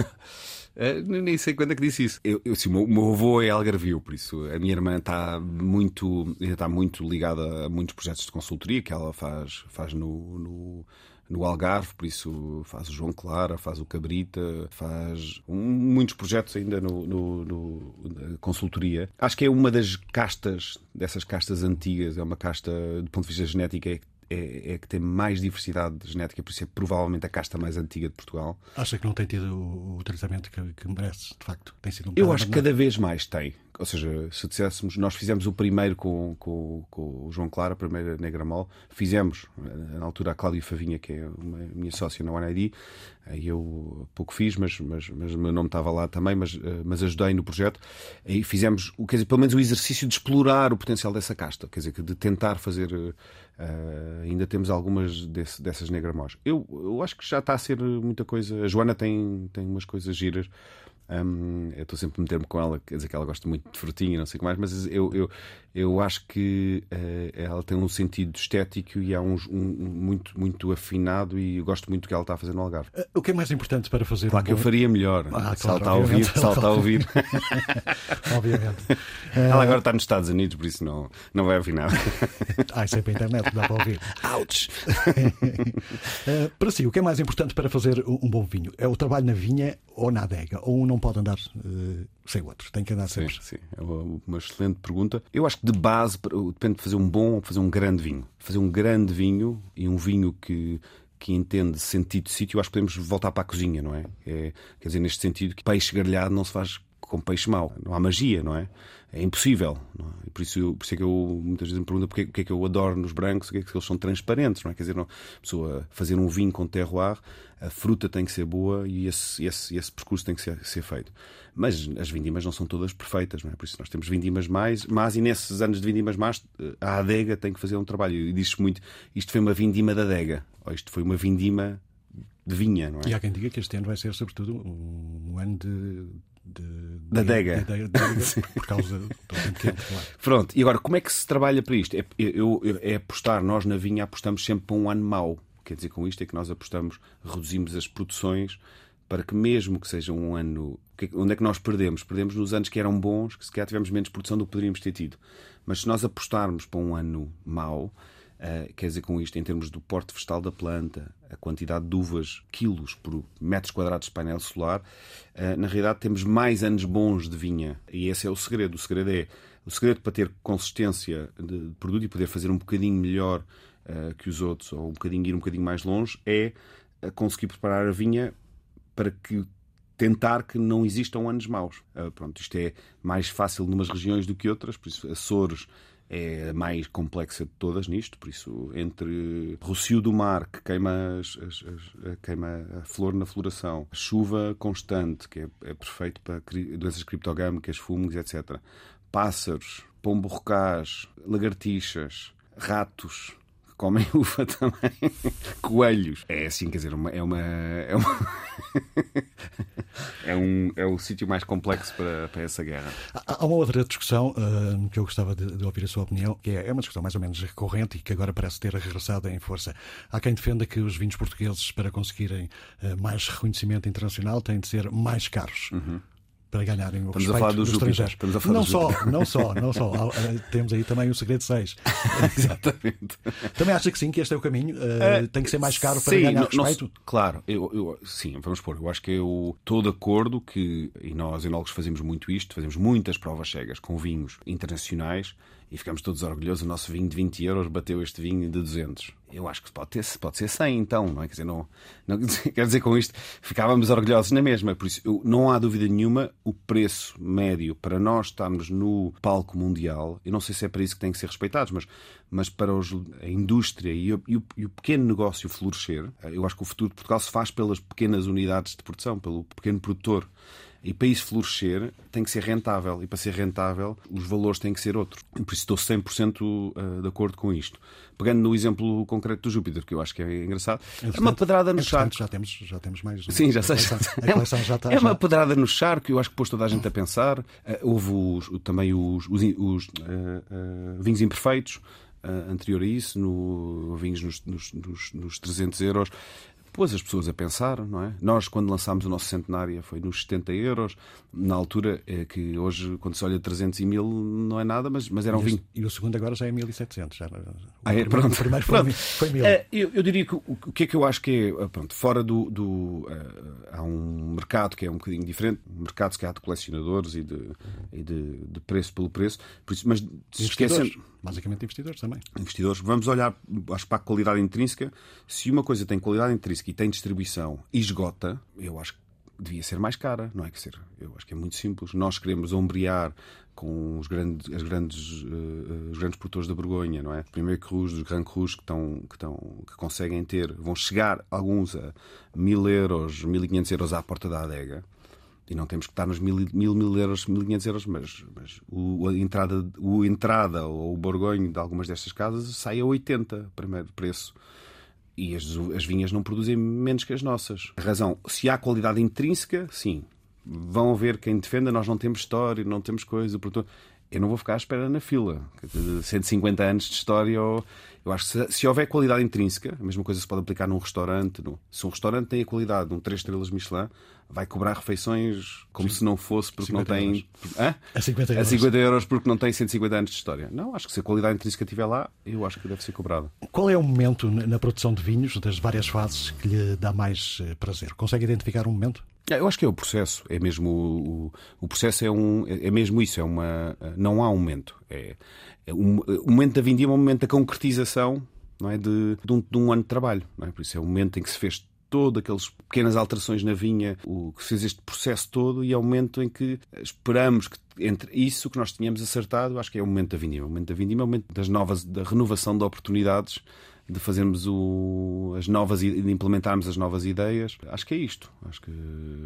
Uh, nem sei quando é que disse isso. Eu, eu, assim, o, meu, o meu avô é algarvio, por isso a minha irmã está muito, está muito ligada a muitos projetos de consultoria que ela faz, faz no, no, no Algarve, por isso faz o João Clara, faz o Cabrita, faz um, muitos projetos ainda no, no, no na consultoria. Acho que é uma das castas, dessas castas antigas, é uma casta, do ponto de vista genético, é É, é que tem mais diversidade genética, por isso é provavelmente a casta mais antiga de Portugal. Acha que não tem tido o, o tratamento que, que merece, de facto? Tem sido um Eu acho que cada vez mais tem. Ou seja, se disséssemos, nós fizemos o primeiro com, com, com o João Clara, a primeira Negra Mole, fizemos, na altura, a Cláudia Favinha, que é uma minha sócia na One I D, eu pouco fiz, mas, mas, mas o meu nome estava lá também, mas, mas ajudei no projeto, e fizemos, quer dizer, pelo menos o exercício de explorar o potencial dessa casta, quer dizer, de tentar fazer, uh, ainda temos algumas desse, dessas Negra Moles. Eu, eu acho que já está a ser muita coisa, a Joana tem, tem umas coisas giras. Um, eu estou sempre a meter-me com ela, quer dizer que ela gosta muito de frutinha e não sei o que mais, mas eu, eu, eu acho que uh, ela tem um sentido estético e há um, um muito, muito afinado, e eu gosto muito do que ela está a fazer no Algarve. Uh, o que é mais importante para fazer? Claro um que eu bom... faria melhor, ah, se claro, ela está a ouvir, se ela está a ouvir. Obviamente. Ela agora está nos Estados Unidos, por isso não, não vai ouvir nada. Ah, isso é para a internet, dá para ouvir. Ouch! uh, para si, o que é mais importante para fazer um bom vinho? É o trabalho na vinha ou na adega? Ou um não pode andar uh, sem o outro? Tem que andar sempre? Sim, sim. É uma, uma excelente pergunta. Eu acho que de base depende de fazer um bom ou fazer um grande vinho. Fazer um grande vinho e um vinho que, que entende sentido de sítio, eu acho que podemos voltar para a cozinha, não é? é quer dizer, neste sentido, que peixe grelhado não se faz com peixe mau. Não há magia, não é? É impossível. Não é? Por, isso eu, por isso é que eu muitas vezes me pergunto porque, porque é que eu adoro nos brancos, porque é que eles são transparentes, não é? Quer dizer, não, a pessoa fazer um vinho com terroir, a fruta tem que ser boa e esse, esse, esse percurso tem que ser, ser feito. Mas as vindimas não são todas perfeitas, não é? Por isso nós temos vindimas mais, mas e nesses anos de vindimas mais, a adega tem que fazer um trabalho. E diz-se muito, isto foi uma vindima da adega, ou isto foi uma vindima de vinha, não é? E há quem diga que este ano vai ser, sobretudo, um, um ano de... De, da adega, de, de, de, de, por causa do tempo quente, claro. Pronto, e agora como é que se trabalha para isto? É, eu, eu, é apostar, nós na vinha apostamos sempre para um ano mau. Quer dizer, com isto é que nós apostamos, reduzimos as produções para que, mesmo que seja um ano. Onde é que nós perdemos? Perdemos nos anos que eram bons, que se calhar tivemos menos produção do que poderíamos ter tido. Mas se nós apostarmos para um ano mau, Uh, quer dizer, com isto, em termos do porte vegetal da planta, a quantidade de uvas, quilos por metros quadrados de painel solar, uh, na realidade temos mais anos bons de vinha. E esse é o segredo. O segredo é o segredo para ter consistência de produto e poder fazer um bocadinho melhor uh, que os outros, ou um bocadinho ir um bocadinho mais longe, é conseguir preparar a vinha para que tentar que não existam anos maus. Uh, pronto, isto é mais fácil numas regiões do que outras, por isso Açores é a mais complexa de todas nisto, por isso entre Rocio do Mar, que queima, as, as, as, queima a flor na floração, a chuva constante, que é, é perfeito para doenças criptogâmicas, fungos, etcétera. Pássaros, pombo-rocás, lagartixas, ratos, que comem uva também, coelhos. É assim, quer dizer, uma, é uma... É uma... É, um, é o sítio mais complexo para, para essa guerra. Há uma outra discussão uh, que eu gostava de, de ouvir a sua opinião, que é, é uma discussão mais ou menos recorrente e que agora parece ter regressado em força. Há quem defenda que os vinhos portugueses, para conseguirem uh, mais reconhecimento internacional, têm de ser mais caros. Uhum. Para ganharem o Estamos respeito a falar dos do estrangeiros. Estamos a falar não, do só, não só, não só, não só. Temos aí também o segredo seis. Exatamente. Também acha que sim, que este é o caminho? Uh, uh, tem que ser mais caro para sim, ganhar não, respeito? Não, claro, eu, eu, sim, vamos pôr. Eu acho que eu estou de acordo que, e nós enólogos fazemos muito isto, fazemos muitas provas cegas com vinhos internacionais e ficamos todos orgulhosos. O nosso vinho de vinte euros bateu este vinho de duzentos. Eu acho que pode, ter, pode ser cem, então, não é? Quer dizer, não, não, quer dizer, com isto ficávamos orgulhosos na mesma. Por isso, eu, não há dúvida nenhuma, o preço médio para nós estarmos no palco mundial, eu não sei se é para isso que tem que ser respeitados, mas, mas para os, a indústria e o, e, o, e o pequeno negócio florescer, eu acho que o futuro de Portugal se faz pelas pequenas unidades de produção, pelo pequeno produtor. E para isso florescer tem que ser rentável. E para ser rentável os valores têm que ser outros. Por isso estou cem por cento de acordo com isto. Pegando no exemplo concreto do Júpiter, que eu acho que é engraçado, é uma pedrada no charco. Já temos, já temos mais. Sim, já sei. A coleção já está, é uma já... pedrada no charco, eu acho que pôs toda a gente a pensar. Houve os, também os, os, os uh, uh, vinhos imperfeitos. uh, anterior a isso, no, vinhos nos, nos, nos, nos trezentos euros. Pôs as pessoas a pensar, não é? Nós, quando lançámos o nosso centenário, foi nos setenta euros. Na altura, é que hoje, quando se olha trezentos e mil, não é nada, mas, mas era um e vinho. O, e o segundo agora já é mil e setecentos. Já, ah, é, o, pronto. O primeiro foi, foi mil. É, eu, eu diria que o, o que é que eu acho que é, pronto, fora do... do uh, há um mercado que é um bocadinho diferente, um mercado se calhar de colecionadores e de, e de, de preço pelo preço, por isso, mas se esquecendo... Basicamente investidores também. Investidores. Vamos olhar, acho, para a qualidade intrínseca. Se uma coisa tem qualidade intrínseca e tem distribuição e esgota, eu acho que devia ser mais cara, não é que ser? Eu acho que é muito simples. Nós queremos ombrear com os grandes, as grandes, uh, os grandes produtores da Borgonha, não é? Primeiro Cruz, os Grand Cruz que, estão, que, estão, que conseguem ter, vão chegar alguns a mil euros, mil e quinhentos euros à porta da adega. E não temos que estar nos mil, mil, mil euros, mil e quinhentos euros, mas, mas o, a entrada, o entrada ou o borgonho de algumas destas casas sai a oitenta, primeiro preço. E as, as vinhas não produzem menos que as nossas. A razão, se há qualidade intrínseca, sim. Vão ver quem defenda, nós não temos história, não temos coisa. Portanto, eu não vou ficar à espera na fila. cento e cinquenta anos de história. Ou... Eu acho que se, se houver qualidade intrínseca, a mesma coisa se pode aplicar num restaurante. No... Se um restaurante tem a qualidade de um três estrelas Michelin, vai cobrar refeições como Sim. se não fosse, porque não tem. Hã? A cinquenta euros. A cinquenta euros porque não tem cento e cinquenta anos de história. Não, acho que se a qualidade intrínseca estiver lá, eu acho que deve ser cobrada. Qual é o momento na produção de vinhos, das várias fases, que lhe dá mais prazer? Consegue identificar um momento? Eu acho que é o processo. É mesmo o, o processo é um é mesmo isso. É uma não há um momento. É, é um, o momento da vindima é um momento da concretização, não é, de, de, um, de um ano de trabalho. Não é? Por isso é o momento em que se fez todas aquelas pequenas alterações na vinha, o que fez este processo todo, e é o momento em que esperamos que entre isso que nós tínhamos acertado, acho que é o momento da vindima. O momento da vindima é o momento das novas, da renovação de oportunidades, de fazermos o, as novas e de implementarmos as novas ideias. Acho que é isto. Acho que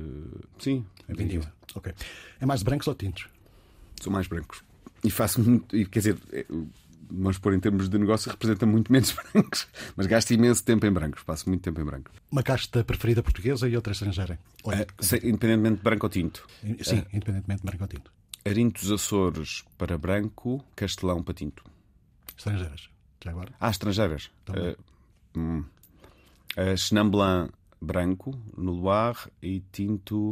sim. É vindima. Ok. É mais de brancos ou tintos? Sou mais brancos. E faço muito. Quer dizer, vamos pôr em termos de negócio, representa muito menos brancos, mas gasto imenso tempo em brancos. Passo muito tempo em branco. Uma casta preferida portuguesa e outra estrangeira? Olha, uh, se, independentemente de branco ou tinto. Sim, uh, independentemente de branco ou tinto. Arinto dos Açores para branco, Castelão para tinto. Estrangeiras? Já agora? Ah, estrangeiras. Uh, hum. uh, Chenin Blanc branco no Loire e tinto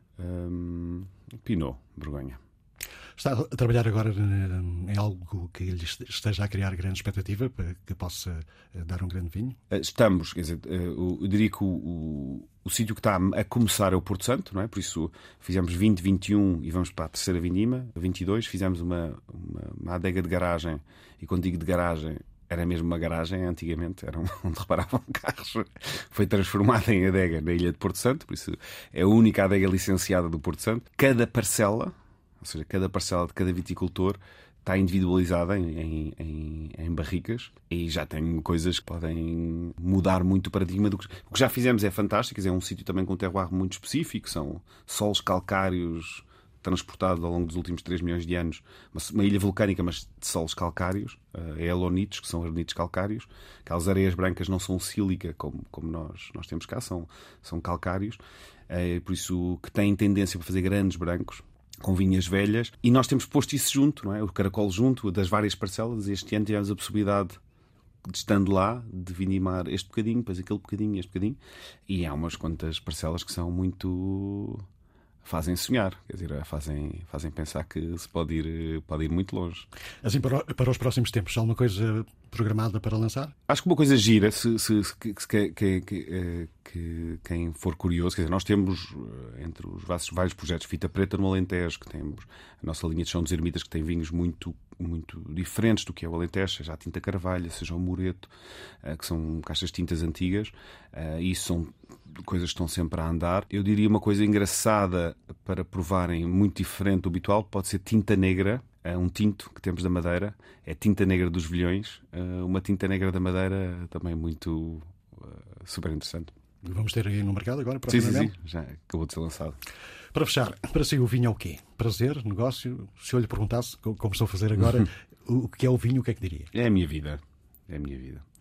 um, Pinot, Borgonha. Está a trabalhar agora em algo que lhe esteja a criar grande expectativa para que possa dar um grande vinho? Estamos, quer dizer, eu diria que o, o, o sítio que está a começar é o Porto Santo, não é? Por isso fizemos vinte, vinte e um e vamos para a terceira vindima, vinte e dois, fizemos uma, uma, uma adega de garagem, e quando digo de garagem, era mesmo uma garagem, antigamente, era onde reparavam carros. Foi transformada em adega na ilha de Porto Santo, por isso é a única adega licenciada do Porto Santo. Cada parcela, ou seja, cada parcela de cada viticultor está individualizada em, em, em, em barricas, e já tem coisas que podem mudar muito o paradigma do que... O que já fizemos é fantástico, quer dizer, é um sítio também com um terroir muito específico, são solos calcários transportados ao longo dos últimos três milhões de anos, uma ilha vulcânica, mas de solos calcários, é elonitos, que são granitos calcários. Aquelas areias brancas não são sílica como, como nós, nós temos cá, são, são calcários, é por isso que têm tendência para fazer grandes brancos com vinhas velhas, e nós temos posto isso junto, não é? O caracol junto das várias parcelas. Este ano tivemos a possibilidade, de, estando lá, de vindimar este bocadinho, depois aquele bocadinho, este bocadinho, e há umas quantas parcelas que são muito... fazem sonhar, quer dizer, fazem, fazem pensar que se pode ir, pode ir muito longe. Assim, para, para os próximos tempos, há alguma coisa programada para lançar? Acho que uma coisa gira, se, se, se, que, que, que, que, que quem for curioso, quer dizer, nós temos, entre os vários, vários projetos, Fita Preta no Alentejo, que temos a nossa linha de Chão dos Ermitas, que tem vinhos muito, muito diferentes do que é o Alentejo, seja a Tinta Carvalho, seja o Moreto, que são caixas de tintas antigas, e isso são coisas que estão sempre a andar. Eu diria uma coisa engraçada para provarem, muito diferente do habitual, pode ser tinta negra, um tinto que temos da Madeira, é tinta negra dos Vilhões, uma tinta negra da Madeira também muito super interessante. Vamos ter aí no mercado agora? Sim, sim, sim, já acabou de ser lançado. Para fechar, para si o vinho é o quê? Prazer, negócio? Se eu lhe perguntasse, como estou a fazer agora, o que é o vinho, o que é que diria? É a minha vida, é a minha vida.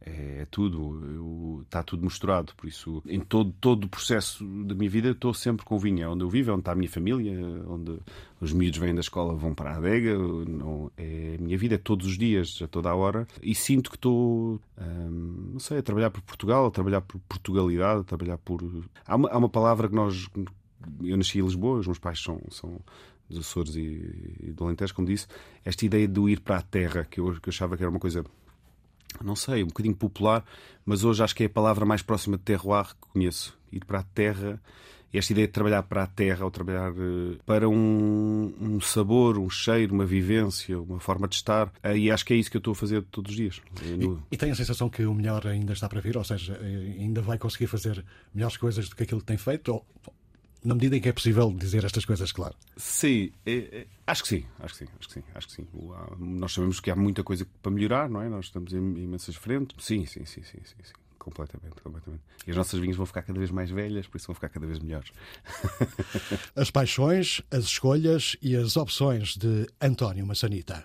é, é tudo, eu, está tudo misturado. Por isso, em todo, todo o processo da minha vida, estou sempre com o vinho. É onde eu vivo, é onde está a minha família, onde os miúdos vêm da escola, vão para a adega. Não, é, a minha vida é todos os dias, a toda a hora. E sinto que estou, hum, não sei, a trabalhar por Portugal, a trabalhar por Portugalidade, a trabalhar por... Há uma, há uma palavra que nós... Eu nasci em Lisboa, os meus pais são... são dos Açores e, e do Alentejo, como disse, esta ideia de ir para a terra, que eu, que eu achava que era uma coisa, não sei, um bocadinho popular, mas hoje acho que é a palavra mais próxima de terroir que conheço. Ir para a terra, esta ideia de trabalhar para a terra, ou trabalhar uh, para um, um sabor, um cheiro, uma vivência, uma forma de estar, uh, e acho que é isso que eu estou a fazer todos os dias. No... E, e tem a sensação que o melhor ainda está para vir, ou seja, ainda vai conseguir fazer melhores coisas do que aquilo que tem feito, ou... na medida em que é possível dizer estas coisas, claro. Sim, é, é, acho que sim, acho que sim, acho que sim, acho que sim. Nós sabemos que há muita coisa para melhorar, não é? Nós estamos em imensas frentes. Sim, sim, sim, sim, sim, sim. Completamente, completamente. E as nossas vinhas vão ficar cada vez mais velhas, por isso vão ficar cada vez melhores. As paixões, as escolhas e as opções de António Massanita.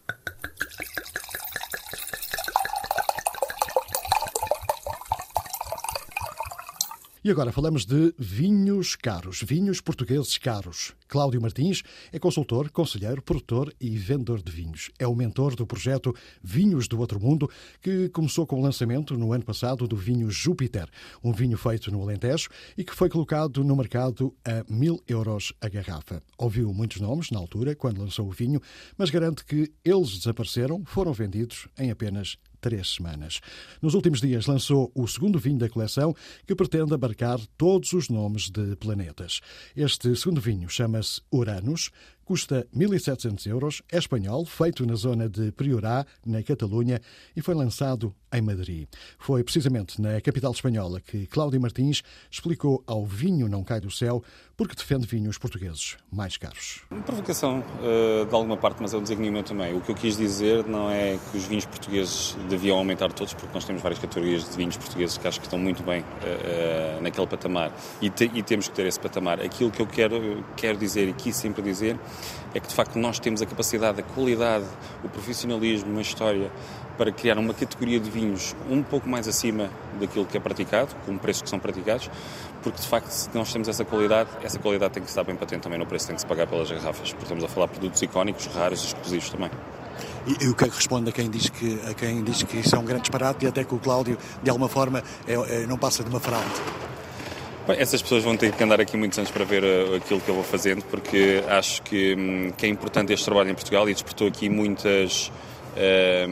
E agora falamos de vinhos caros, vinhos portugueses caros. Cláudio Martins é consultor, conselheiro, produtor e vendedor de vinhos. É o mentor do projeto Vinhos do Outro Mundo, que começou com o lançamento no ano passado do vinho Júpiter, um vinho feito no Alentejo e que foi colocado no mercado a mil euros a garrafa. Ouviu muitos nomes na altura, quando lançou o vinho, mas garante que eles desapareceram, foram vendidos em apenas três semanas. Nos últimos dias lançou o segundo vinho da coleção, que pretende abarcar todos os nomes de planetas. Este segundo vinho chama-se Uranus, custa mil e setecentos euros, é espanhol, feito na zona de Priorá, na Catalunha, e foi lançado em Madrid. Foi precisamente na capital espanhola que Cláudio Martins explicou ao Vinho Não Cai do Céu porque defende vinhos portugueses mais caros. Uma provocação de alguma parte, mas é um desenho meu também. O que eu quis dizer não é que os vinhos portugueses deviam aumentar todos, porque nós temos várias categorias de vinhos portugueses que acho que estão muito bem uh, naquele patamar e, te, e temos que ter esse patamar. Aquilo que eu quero, quero dizer e quis sempre dizer é que de facto nós temos a capacidade, a qualidade, o profissionalismo, a história para criar uma categoria de vinhos um pouco mais acima daquilo que é praticado, com preços que são praticados, porque de facto se nós temos essa qualidade, essa qualidade tem que estar bem patente também no preço, tem que se pagar pelas garrafas, porque estamos a falar de produtos icónicos, raros e exclusivos também. E, e o que é que responde a quem diz que, a quem diz que isso é um grande disparate e até que o Cláudio, de alguma forma, é, é, não passa de uma fraude? Bem, essas pessoas vão ter que andar aqui muitos anos para ver uh, aquilo que eu vou fazendo, porque acho que, um, que é importante este trabalho em Portugal e despertou aqui muitas, uh,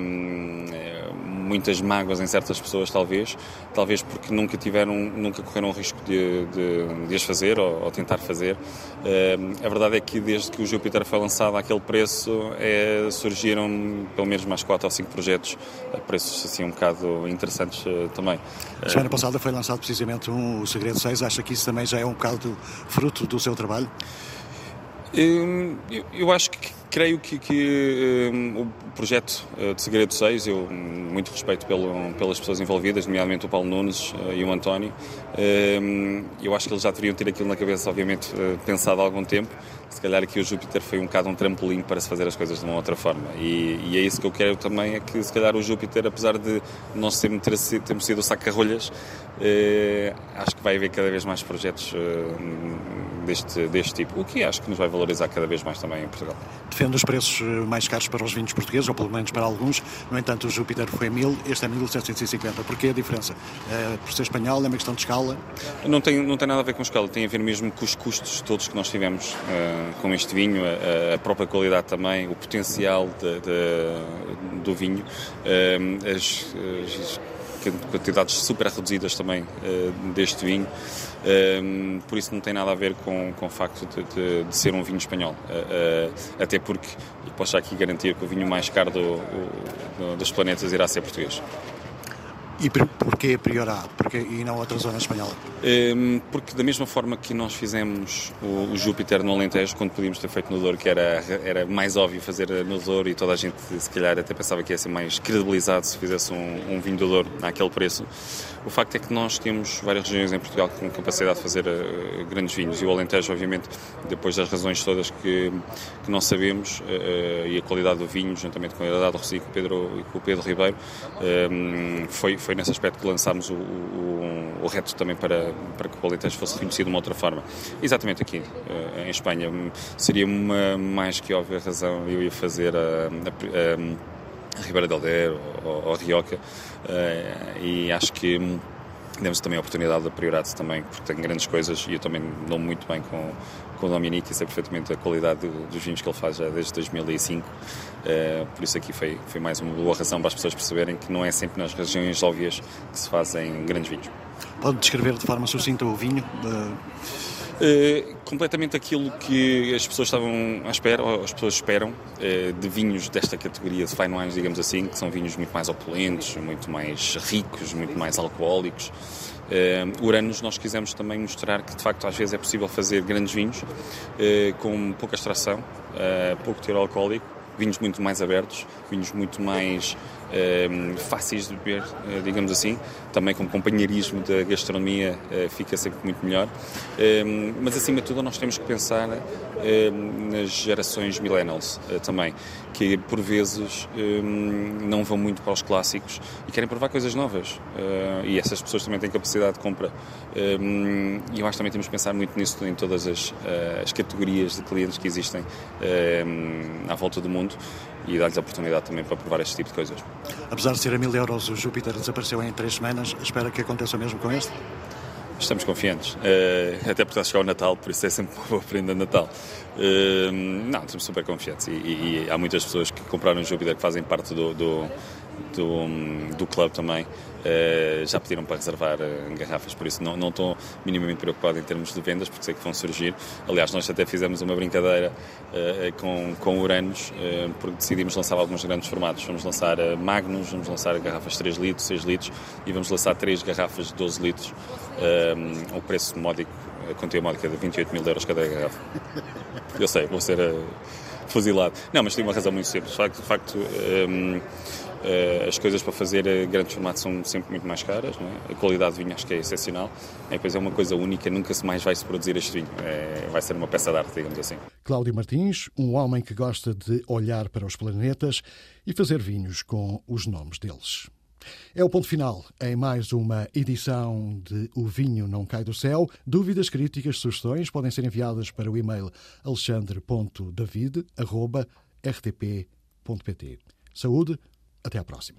muitas mágoas em certas pessoas, talvez, talvez porque nunca tiveram, nunca correram o risco de, de, de as fazer ou, ou tentar fazer. Uh, a verdade é que desde que o Júpiter foi lançado àquele preço, é, surgiram pelo menos mais quatro ou cinco projetos a preços assim um bocado interessantes uh, também. A semana passada foi lançado precisamente um, o Segredo seis. Acha que isso também já é um bocado fruto do seu trabalho? Eu, eu acho que creio que, que um, o projeto uh, de Segredo seis, eu muito respeito pelo, pelas pessoas envolvidas, nomeadamente o Paulo Nunes uh, e o António. Uh, eu acho que eles já deveriam ter aquilo na cabeça, obviamente, uh, pensado há algum tempo. Se calhar aqui o Júpiter foi um bocado um trampolim para se fazer as coisas de uma outra forma. E, e é isso que eu quero também, é que se calhar o Júpiter, apesar de nós termos, ter, termos sido o saca-rolhas, uh, acho que vai haver cada vez mais projetos uh, deste, deste tipo, o que acho que nos vai valorizar cada vez mais também em Portugal. Defende os preços mais caros para os vinhos portugueses, ou pelo menos para alguns. No entanto, o Júpiter foi mil, este é mil setecentos e cinquenta. Porquê a diferença? É, por ser espanhol, é uma questão de escala? Não tem, não tem nada a ver com escala, tem a ver mesmo com os custos todos que nós tivemos uh, com este vinho, a, a própria qualidade também, o potencial de, de, do vinho, uh, as, as quantidades super reduzidas também uh, deste vinho. Uh, por isso não tem nada a ver com, com o facto de, de, de ser um vinho espanhol, uh, uh, até porque eu posso já aqui garantir que o vinho mais caro do, do, dos planetas irá ser português. E porquê Priorá? Mallorca e não outra zona espanhola? Porque da mesma forma que nós fizemos o, o Júpiter no Alentejo, quando podíamos ter feito no Douro, que era, era mais óbvio fazer no Douro e toda a gente se calhar até pensava que ia ser mais credibilizado se fizesse um, um vinho do Douro àquele preço. O facto é que nós temos várias regiões em Portugal com capacidade de fazer uh, grandes vinhos, e o Alentejo, obviamente, depois das razões todas que, que nós sabemos, uh, e a qualidade do vinho, juntamente com a qualidade do Rocio e Pedro, com o Pedro Ribeiro, um, foi, foi nesse aspecto que lançámos o, o, o reto também para, para que o Alentejo fosse reconhecido de uma outra forma. Exatamente aqui, uh, em Espanha, seria uma mais que óbvia razão eu ia fazer a, a, a a Ribeira del Duero ou a Rioja, uh, e acho que demos também a oportunidade da Priorato também, porque tem grandes coisas e eu também dou muito bem com, com o Dominique e sei perfeitamente a qualidade do, dos vinhos que ele faz já desde dois mil e cinco, uh, por isso aqui foi, foi mais uma boa razão para as pessoas perceberem que não é sempre nas regiões óbvias que se fazem grandes vinhos. Pode descrever de forma sucinta o vinho? Uh... Uh, completamente aquilo que as pessoas estavam à espera, ou as pessoas esperam, uh, de vinhos desta categoria de fine wines, digamos assim, que são vinhos muito mais opulentos, muito mais ricos, muito mais alcoólicos. Uh, Uranus, nós quisemos também mostrar que de facto às vezes é possível fazer grandes vinhos uh, com pouca extração, uh, pouco teor alcoólico, vinhos muito mais abertos, vinhos muito mais uh, fáceis de beber, uh, digamos assim, também com companheirismo da gastronomia uh, fica sempre muito melhor, uh, mas acima de tudo nós temos que pensar uh, nas gerações millennials uh, também, que por vezes uh, não vão muito para os clássicos e querem provar coisas novas, uh, e essas pessoas também têm capacidade de compra, uh, e eu acho que também temos que pensar muito nisso em todas as, uh, as categorias de clientes que existem uh, à volta do mundo, e dar-lhes a oportunidade também para provar este tipo de coisas. Apesar de ser a mil euros, o Júpiter desapareceu em três semanas. Espera que aconteça mesmo com este? Estamos confiantes, uh, até porque está a chegar o Natal, por isso é sempre uma boa prenda de Natal. Uh, não, estamos super confiantes e, e, e há muitas pessoas que compraram o Júpiter que fazem parte do, do, do, do clube também. Uh, já pediram para reservar uh, garrafas, por isso não, não estou minimamente preocupado em termos de vendas, porque sei que vão surgir. Aliás, nós até fizemos uma brincadeira uh, com, com Uranus, uh, porque decidimos lançar alguns grandes formatos. Vamos lançar uh, Magnus, vamos lançar garrafas de três litros, seis litros e vamos lançar três garrafas de doze litros, uh, o preço módico, a quantia módica de vinte e oito mil euros cada garrafa. Eu sei, vou ser uh, fuzilado. Não, mas tem uma razão muito simples. De facto, de facto um, Uh, as coisas para fazer uh, grandes formatos são sempre muito mais caras, não é? A qualidade de vinho acho que é excepcional, e depois é uma coisa única, nunca mais vai se produzir este vinho, é, vai ser uma peça de arte, digamos assim. Cláudio Martins, um homem que gosta de olhar para os planetas e fazer vinhos com os nomes deles. É o ponto final em mais uma edição de O Vinho Não Cai do Céu. Dúvidas, críticas, sugestões podem ser enviadas para o e-mail alexandre ponto david arroba r t p ponto p t. Saúde! Até à próxima.